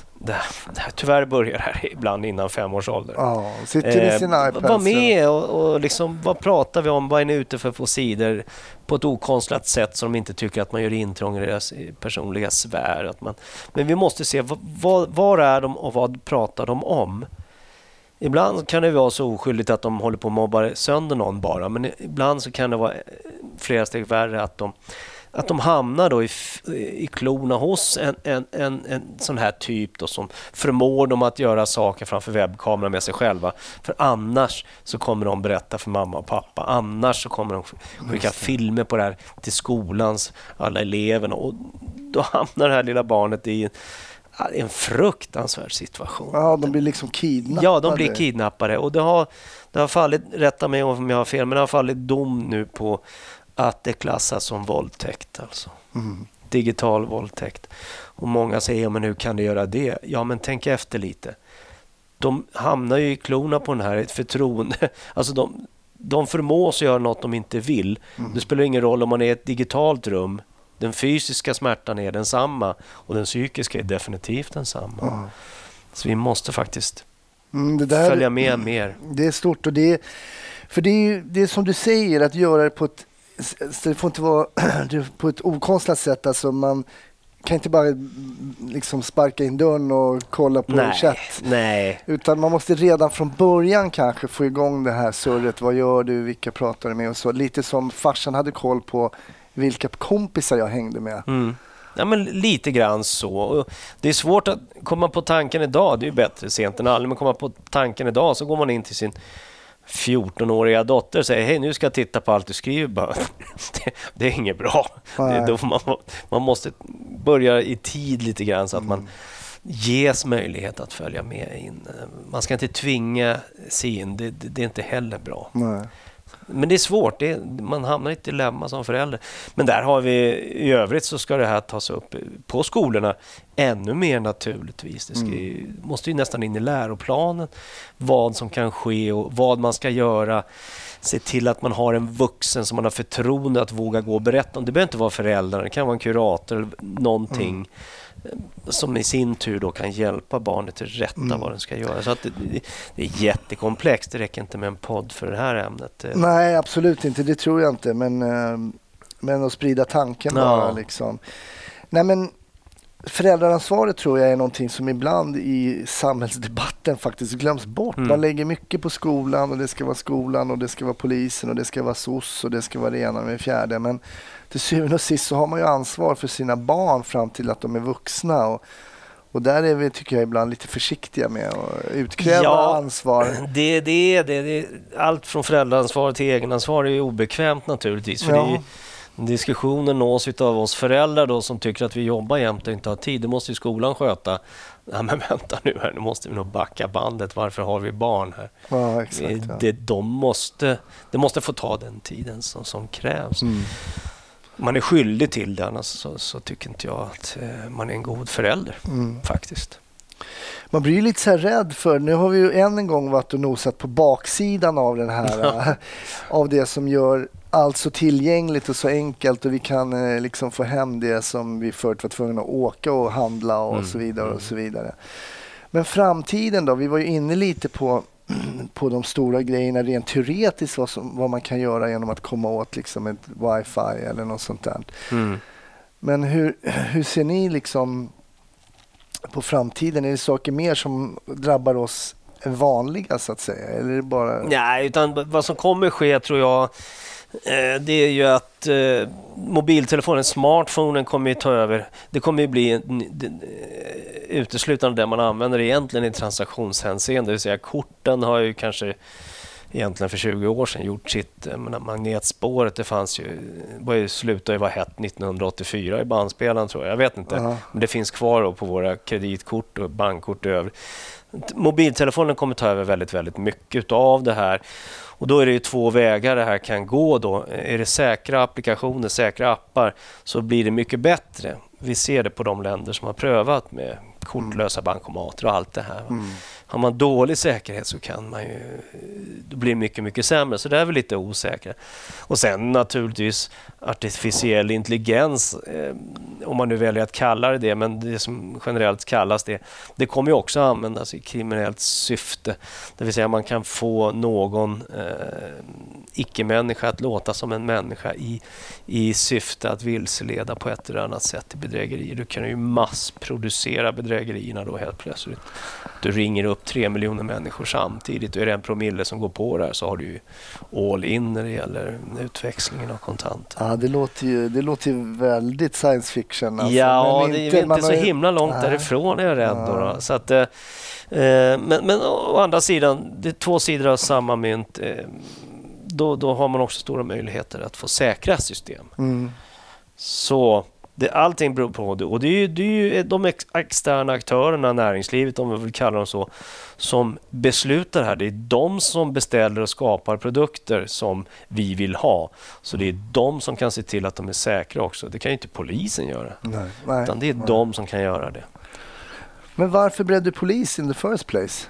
Tyvärr börjar här ibland innan 5 års ålder. Ja, sitter i sin iPad. Var med och liksom, vad pratar vi om? Vad är ni ute för på sidor på ett okonstlat sätt som de inte tycker att man gör intrång i deras personliga sfär. Men vi måste se var är de och vad pratar de om? Ibland kan det vara så oskyldigt att de håller på att mobba sönder någon bara. Men ibland så kan det vara flera steg värre att de hamnar då i klorna hos en sån här typ då, som förmår dem att göra saker framför webbkameran med sig själva. För annars så kommer de berätta för mamma och pappa. Annars så kommer de skicka filmer på det här till skolans alla eleverna. Och då hamnar det här lilla barnet i en fruktansvärd situation. Ja, de blir liksom kidnappade. Ja, de blir kidnappade. Och det har fallit, rätta mig om jag har fel, men det har fallit dom nu på att det klassas som våldtäkt. Alltså. Digital våldtäkt. Och många säger, men hur kan det göra det? Ja, men tänk efter lite. De hamnar ju i klorna på den här, ett förtroende. Alltså de förmås göra något de inte vill. Det spelar ingen roll om man är i ett digitalt rum. Den fysiska smärtan är densamma och den psykiska är definitivt densamma. Så vi måste faktiskt följa med mer. Det är stort och det är som du säger, att göra det på ett, det får inte vara på ett okonstlat sätt. Alltså man kan inte bara liksom sparka in dörren och kolla på chatt. Nej. Utan man måste redan från början kanske få igång det här surret. Vad gör du? Vilka pratar du med? Och så. Lite som farsan hade koll på vilka kompisar jag hängde med. Ja, men lite grann så. Det är svårt att komma på tanken idag. Det är ju bättre sent än aldrig. Men komma på tanken idag så går man in till sin 14-åriga dotter och säger hej, nu ska jag titta på allt du skriver. Bara, det är inget bra. Man måste börja i tid lite grann så att man ges möjlighet att följa med in. Man ska inte tvinga sig in. Det är inte heller bra. Nej. Men det är svårt, man hamnar i ett dilemma som förälder. Men där har vi, i övrigt så ska det här tas upp på skolorna ännu mer naturligtvis. Det måste ju nästan in i läroplanen vad som kan ske och vad man ska göra. Se till att man har en vuxen som man har förtroende att våga gå och berätta om. Det behöver inte vara föräldrar, det kan vara en kurator eller någonting som i sin tur då kan hjälpa barnet till rätta vad den ska göra. Så att det är jättekomplext. Det räcker inte med en podd för det här ämnet. Nej, absolut inte. Det tror jag inte. Men att sprida tanken bara liksom. Nej, men föräldraransvaret tror jag är någonting som ibland i samhällsdebatten faktiskt glöms bort. Man lägger mycket på skolan och det ska vara skolan och det ska vara polisen och det ska vara SOS och det ska vara det ena med det fjärde. Men till syvende och sist så har man ju ansvar för sina barn fram till att de är vuxna. Och där är vi, tycker jag, ibland lite försiktiga med att utkräva ansvar. Det allt från föräldraansvar till egenansvar är ju obekvämt naturligtvis. För det är ju, diskussionen nås av oss föräldrar då, som tycker att vi jobbar jämt och inte har tid. Det måste ju skolan sköta. Ja, men vänta nu här, nu måste vi nog backa bandet. Varför har vi barn här? Ja, exakt. Det måste få ta den tiden som krävs. Man är skyldig till det, annars så tycker inte jag att man är en god förälder faktiskt. Man blir ju lite så här rädd för, nu har vi ju än en gång varit och nosat på baksidan av den här av det som gör allt så tillgängligt och så enkelt, och vi kan liksom få hem det som vi förut var tvungna att åka och handla och så vidare och så vidare. Men framtiden då, vi var ju inne lite på de stora grejerna rent teoretiskt, vad man kan göra genom att komma åt liksom ett wifi eller något sånt där. Men hur ser ni liksom på framtiden? Är det saker mer som drabbar oss än vanliga så att säga? Eller är det bara... Nej, utan vad som kommer ske tror jag, det är ju att mobiltelefonen, smartphonen kommer ju ta över. Det kommer ju bli uteslutande det man använder egentligen i transaktionshänseende. Det vill säga korten har ju kanske egentligen för 20 år sedan gjort sitt. Magnetspåret, det fanns ju, slutade ju vara hett 1984 i bandspelaren tror jag. Jag vet inte, men det finns kvar då på våra kreditkort och bankkort över. Mobiltelefonen kommer ta över väldigt, väldigt mycket av det här. Och då är det ju 2 vägar det här kan gå då. Är det säkra applikationer, säkra appar, så blir det mycket bättre. Vi ser det på de länder som har prövat med kortlösa bankomater och allt det här. Har man dålig säkerhet så kan man ju, då blir det mycket, mycket sämre. Så det är väl lite osäkert. Och sen naturligtvis artificiell intelligens, om man nu väljer att kalla det, men det som generellt kallas det kommer ju också användas i kriminellt syfte. Det vill säga man kan få någon icke-människa att låta som en människa i syfte att vilseleda på ett eller annat sätt i bedrägerier. Du kan ju massproducera bedrägerierna då helt plötsligt. Du ringer upp 3 miljoner människor samtidigt och är det 1 promille som går på där så har du ju all in när det gäller utväxlingen av kontanter. Ja, det låter ju väldigt science fiction. Alltså. Ja, men det är inte så himla långt därifrån är jag rädd. Då. Så att, men å andra sidan, det är 2 sidor av samma mynt. Då har man också stora möjligheter att få säkra system. Så allting beror på det. Och det är ju de externa aktörerna, näringslivet om vi vill kalla dem så, som beslutar här. Det är de som beställer och skapar produkter som vi vill ha. Så det är de som kan se till att de är säkra också. Det kan ju inte polisen göra. Nej, utan det är de som kan göra det. Men varför blev du polis in the first place?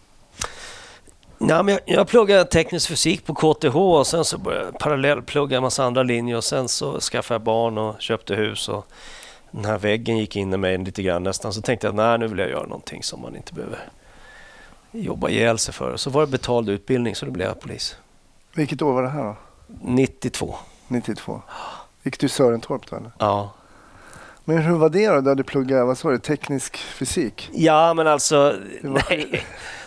Ja, men jag pluggade teknisk fysik på KTH och sen så började jag parallellplugga en massa andra linjer och sen så skaffade jag barn och köpte hus och den här väggen gick in i mig lite grann nästan. Så tänkte jag nu vill jag göra någonting som man inte behöver jobba ihjäl sig för. Så var det betald utbildning så då blev jag polis. Vilket år var det här då? 92. Gick du i Sörentorp då eller? Ja. Men hur var det då? Du hade pluggat, vad sa du, teknisk fysik? Ja, men alltså, nej.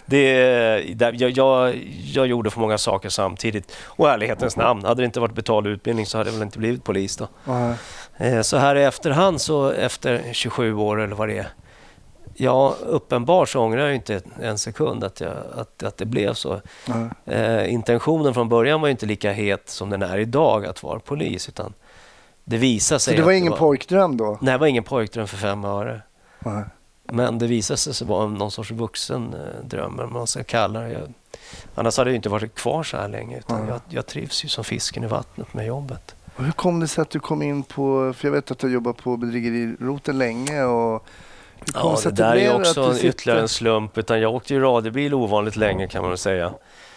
Jag gjorde för många saker samtidigt. Och ärlighetens namn, hade det inte varit betald utbildning så hade jag väl inte blivit polis då. Så här i efterhand, så efter 27 år eller vad det är. Ja, uppenbart så ångrar jag inte en sekund att det blev så. Intentionen från början var ju inte lika het som den är idag att vara polis, utan det visar sig. Så det var ingen pojkdröm då? Nej, det var ingen pojkdröm för 5 öre. Men det visade sig vara någon sorts vuxen dröm, eller man ska kalla det. Annars hade jag inte varit kvar så här länge, utan jag trivs ju som fisken i vattnet med jobbet. Och hur kom det sig att du kom in på, för jag vet att du jobbat på bedrägeriroten länge och det där är också ytterligare en slump, utan jag åkte ju radiobil ovanligt länge kan man väl säga.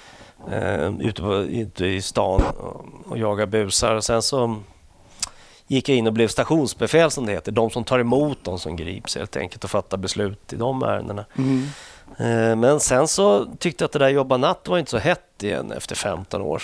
Ute i stan och jagade busar och sen så gick jag in och blev stationsbefäl som det heter. De som tar emot de som grips helt enkelt och fattar beslut i de ärendena. Men sen så tyckte jag att det där jobba natt var inte så hett igen efter 15 år.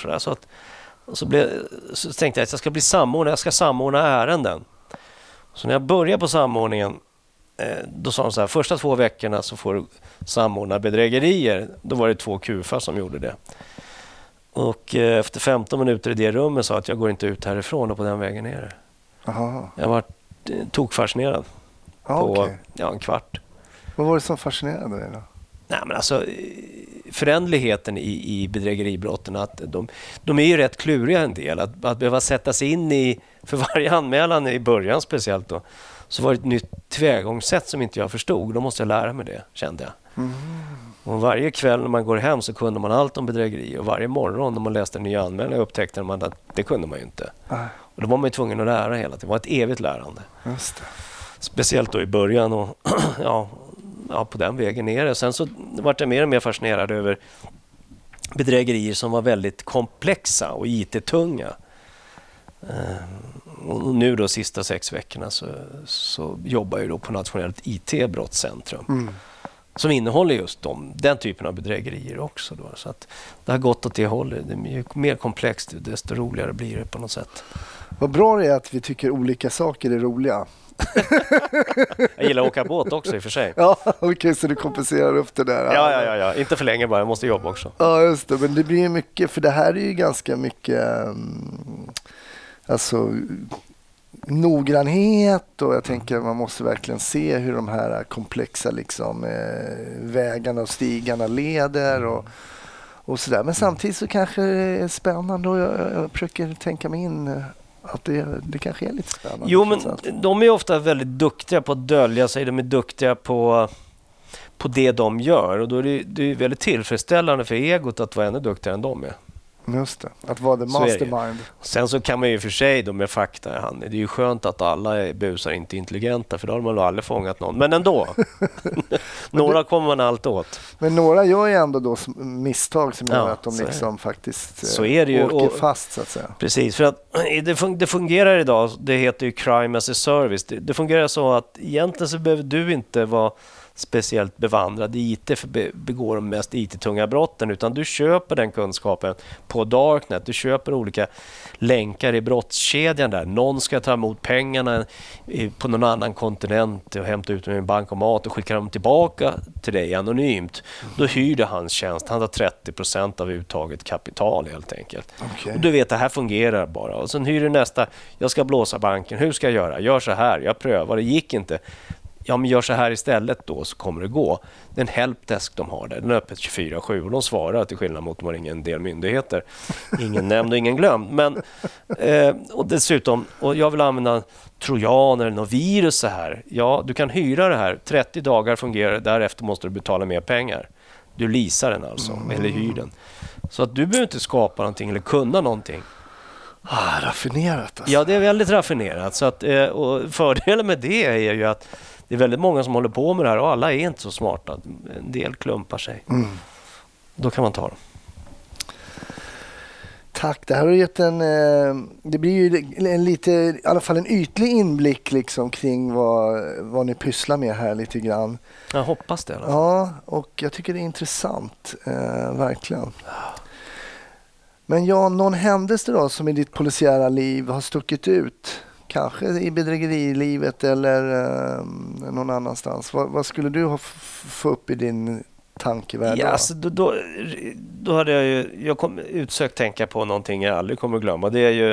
Så tänkte jag att jag ska bli samordnare. Jag ska samordna ärenden. Så när jag började på samordningen då sa de så här, första 2 veckorna så får du samordna bedrägerier. Då var det 2 kufar som gjorde det. Och efter 15 minuter i det rummet sa att jag går inte ut härifrån och på den vägen ner. Jag var tokfascinerad på en kvart. Vad var det som fascinerade dig då? Nej, men alltså förändligheten i bedrägeribrotten, att de är ju rätt kluriga en del. Att behöva sätta sig in i, för varje anmälan i början speciellt då, så var det ett nytt tillvägagångssätt som inte jag förstod. Då måste jag lära mig det, kände jag. Och varje kväll när man går hem så kunde man allt om bedrägeri. Och varje morgon när man läste en ny anmälan upptäckte man att det kunde man ju inte. Och då var man ju tvungen att lära hela tiden. Det var ett evigt lärande. Just det. Speciellt då i början och på den vägen ner. Sen så var jag mer och mer fascinerad över bedrägerier som var väldigt komplexa och IT-tunga. Och nu då sista 6 veckorna så jobbar jag då på Nationellt IT-brottscentrum. Som innehåller just den typen av bedrägerier också. Då. Så att det har gått åt det hållet. Det är mer komplext, desto roligare blir det på något sätt. Vad bra det är att vi tycker olika saker är roliga. Jag gillar att åka båt också i och för sig. Ja, okej, så du kompenserar upp det där. Ja. Inte för länge bara, jag måste jobba också. Ja, just det. Men det blir ju mycket, för det här är ju ganska mycket noggrannhet, och jag tänker att man måste verkligen se hur de här komplexa vägarna och stigarna leder, och sådär. Men samtidigt så kanske det är spännande och jag försöker tänka mig in att det kanske är lite spännande. Jo, men de är ofta väldigt duktiga på att dölja sig. De är duktiga på det de gör. Och då är det är väldigt tillfredsställande för egot att vara ännu duktigare än de är. Just det, att vara the mastermind. Sen så kan man ju för sig då med fakta i hand. Det är ju skönt att alla busar inte intelligenta, för då har man nog aldrig fångat någon. Men ändå. Några kommer man allt åt. Men några gör ju ändå då misstag som gör att de liksom faktiskt så är det ju. Åker fast så att säga. Precis, för att det fungerar idag, det heter ju crime as a service. Det fungerar så att egentligen så behöver du inte vara speciellt bevandrad i IT för begår de mest IT-tunga brotten, utan du köper den kunskapen på Darknet. Du köper olika länkar i brottskedjan där. Någon ska ta emot pengarna på någon annan kontinent och hämta ut dem i en bankomat och skicka dem tillbaka till dig anonymt. Då hyr du hans tjänst. Han tar 30% av uttaget kapital helt enkelt. Okay. Och du vet, det här fungerar bara. Och sen hyr du nästa. Jag ska blåsa banken. Hur ska jag göra? Gör så här. Jag prövar. Det gick inte. Ja, men gör så här istället då så kommer det gå. Det är en helpdesk de har där. Den är öppet 24/7 och de svarar till skillnad mot man ringer en del myndigheter. Ingen nämnd och ingen glömd. Men, och dessutom, och jag vill använda trojaner eller något virus så här. Ja, du kan hyra det här. 30 dagar fungerar det. Därefter måste du betala mer pengar. Du leasar den alltså, eller hyr den. Så att du behöver inte skapa någonting eller kunna någonting. Raffinerat alltså. Ja, det är väldigt raffinerat. Så att, och fördelen med det är ju att det är väldigt många som håller på med det här och alla är inte så smarta. En del klumpar sig. Då kan man ta dem. Tack, det här har gett det blir ju en lite, i alla fall en ytlig inblick liksom kring vad ni pysslar med här lite grann. Jag hoppas det. Ja, och jag tycker det är intressant, verkligen. Men ja, någon händelse då som i ditt polisiära liv har stuckit ut? Kanske i bedrägerilivet eller någon annanstans. Vad skulle du få upp i din tankevärld? Ja, alltså, då hade jag kom utsökt tänka på någonting jag aldrig kommer att glömma. Det är ju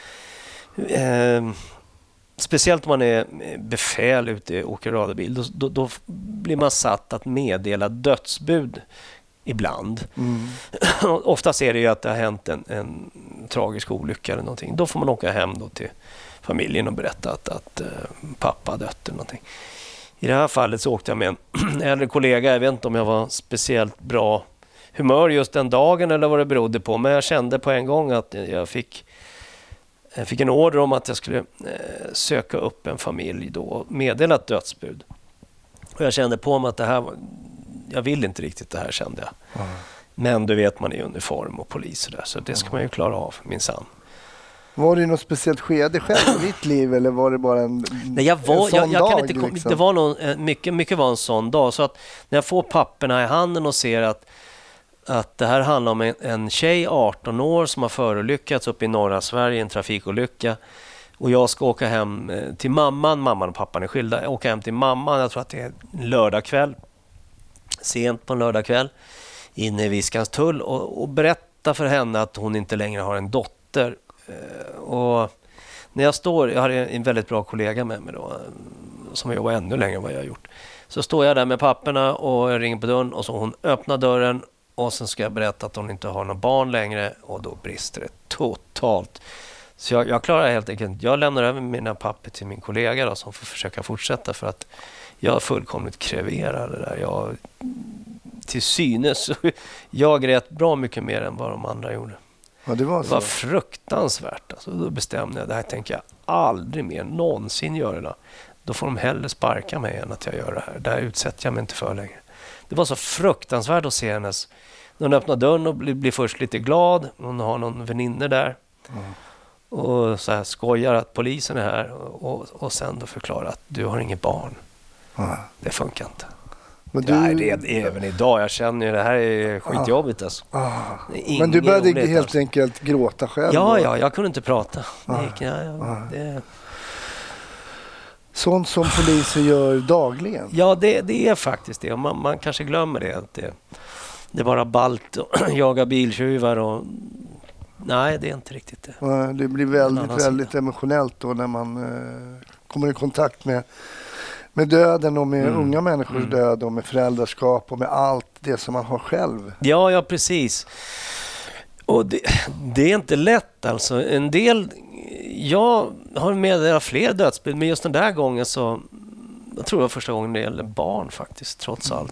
speciellt om man är befäl ute och åker radarbil. Då blir man satt att meddela dödsbud ibland. Oftast är det ju att det har hänt en tragisk olycka eller någonting. Då får man åka hem då till familjen och berätta att pappa dött eller någonting. I det här fallet så åkte jag med en äldre kollega. Jag vet inte om jag var speciellt bra humör just den dagen eller vad det berodde på. Men jag kände på en gång att jag fick en order om att jag skulle söka upp en familj då och meddela ett dödsbud. Och jag kände på mig att det här jag vill inte riktigt det här, kände jag. Men du vet, man är i uniform och polis och där, så det ska man ju klara av, minsann. Var det något speciellt skede själv i ditt liv eller var det bara en sån dag? Kan inte, liksom? Det var nog mycket var en sån dag, så att när jag får papperna i handen och ser att det här handlar om en tjej 18 år som har förolyckats upp i norra Sverige, en trafikolycka, och jag ska åka hem till mamman och pappan är skilda. Jag åker hem till mamman, jag tror att det är en lördagkväll, sent på en lördagkväll, inne i Viskanstull, och berätta för henne att hon inte längre har en dotter. Och när jag har en väldigt bra kollega med mig då, som jobbar ännu längre än vad jag har gjort. Så står jag där med papperna och jag ringer på dörren och så hon öppnar dörren och sen ska jag berätta att hon inte har någon barn längre, och då brister det totalt. Så jag klarar helt enkelt, jag lämnar över mina papper till min kollega då, som får försöka fortsätta, för att jag fullkomligt kreverar det där. Jag till synes, jag grät bra mycket mer än vad de andra gjorde. Ja, det var fruktansvärt. Alltså, då bestämde jag, det här tänker jag aldrig mer någonsin göra. Då får de hellre sparka mig än att jag gör det här. Det här utsätter jag mig inte för längre. Det var så fruktansvärt att se hennes. När hon öppnar dörren och blir först lite glad. Hon har någon väninner där. Och så här skojar att polisen är här. Och sen då förklarar att du har inget barn. Det funkar inte. Nej, det är även idag. Jag känner ju det här är skitjobbigt alltså. Men du började helt enkelt gråta själv? Ja, jag kunde inte prata. Sånt som poliser gör dagligen? Ja, det är faktiskt det. Man kanske glömmer det. Att det är bara ballt och jaga biltjuvar och... Nej, det är inte riktigt det. Det blir väldigt emotionellt då när man kommer i kontakt med Med döden och med unga människors död och med föräldraskap och med allt det som man har själv. Ja, precis. Och det är inte lätt alltså. En del, jag har meddelat fler dödsbud, men just den där gången så, jag tror det var första gången det gäller barn faktiskt, trots allt.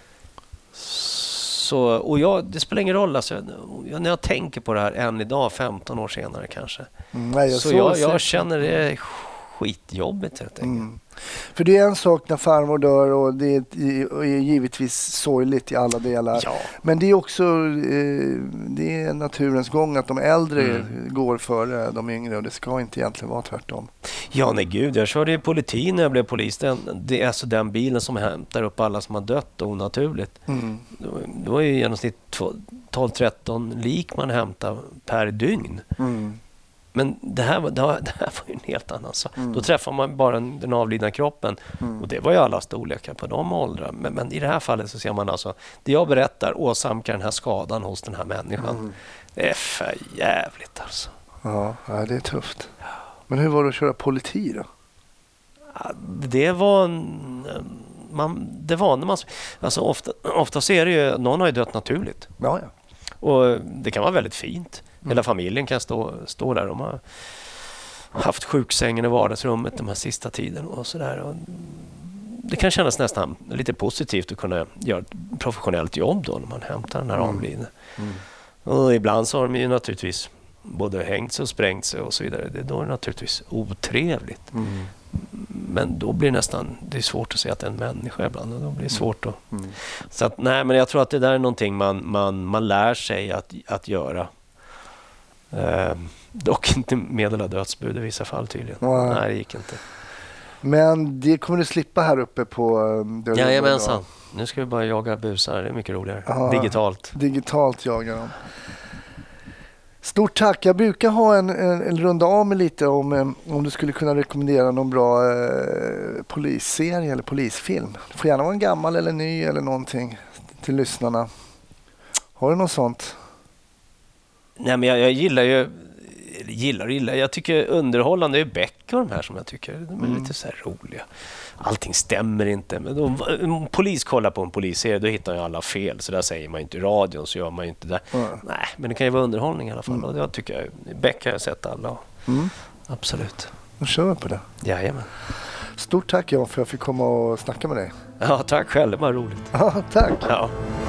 Så, och det spelar ingen roll alltså, när jag tänker på det här än idag, 15 år senare kanske. Jag känner det är skitjobbigt helt enkelt. För det är en sak när farmor dör och det är givetvis sorgligt i alla delar. Ja. Men det är också det är naturens gång att de äldre går före de yngre och det ska inte egentligen vara tvärtom. Ja, nej gud. Jag körde ju politin när jag blev polis. Det är alltså den bilen som hämtar upp alla som har dött onaturligt. Det var ju i genomsnitt 12-13 lik man hämtar per dygn. Men det här var ju en helt annan sak. Då träffar man bara den avlidna kroppen. Och det var ju alla storlekar på de åldrar. Men i det här fallet så ser man alltså, det jag berättar åsamkar den här skadan hos den här människan. Det är för jävligt alltså. Ja, det är tufft. Men hur var det att köra politi då? Det var när man... Alltså ofta ser det ju, någon har ju dött naturligt. Ja. Och det kan vara väldigt fint. Hela familjen kan stå där. De har haft sjuksängen i vardagsrummet de här sista tiden och sådär. Det kan kännas nästan lite positivt att kunna göra ett professionellt jobb då när man hämtar den här avlidne. Och ibland så har de ju naturligtvis både hängt sig och sprängt sig och så vidare. Då är det naturligtvis otrevligt. Men då blir det är svårt att säga att det är en människa ibland och då blir det svårt att... Så att, nej, men jag tror att det där är någonting man lär sig att göra. Dock inte meddela dödsbud i vissa fall tydligen. Nej, det gick inte. Men det kommer du slippa här uppe på Jajamensan. Nu ska vi bara jaga busar. Det är mycket roligare. Aha, Digitalt jagar dem. Stort tack. Jag brukar ha en runda av med lite om du skulle kunna rekommendera någon bra polisserie eller polisfilm. Det får gärna vara en gammal eller ny eller någonting till lyssnarna. Har du något sånt? Nej, men jag gillar ju... Gillar. Jag tycker underhållande är Beck och de här som jag tycker de är lite så här roliga. Allting stämmer inte. Men om polis kollar på en polisserie, då hittar ju alla fel. Så där säger man inte i radion, så gör man ju inte där. Nej, men det kan ju vara underhållning i alla fall. Och jag tycker Beck har jag sett alla. Absolut. Då kör vi på det. Jajamän. Stort tack Jan för att jag fick komma och snacka med dig. Ja, tack själv. Det var roligt. Ja, tack. Ja.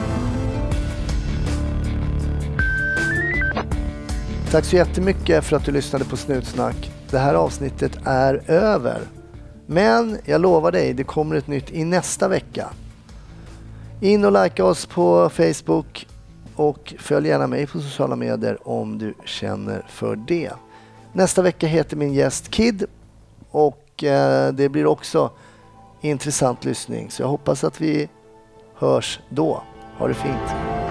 Tack så jättemycket för att du lyssnade på Snutsnack. Det här avsnittet är över. Men jag lovar dig, det kommer ett nytt i nästa vecka. In och likea oss på Facebook och följ gärna mig på sociala medier om du känner för det. Nästa vecka heter min gäst Kid och det blir också intressant lyssning. Så jag hoppas att vi hörs då. Ha det fint.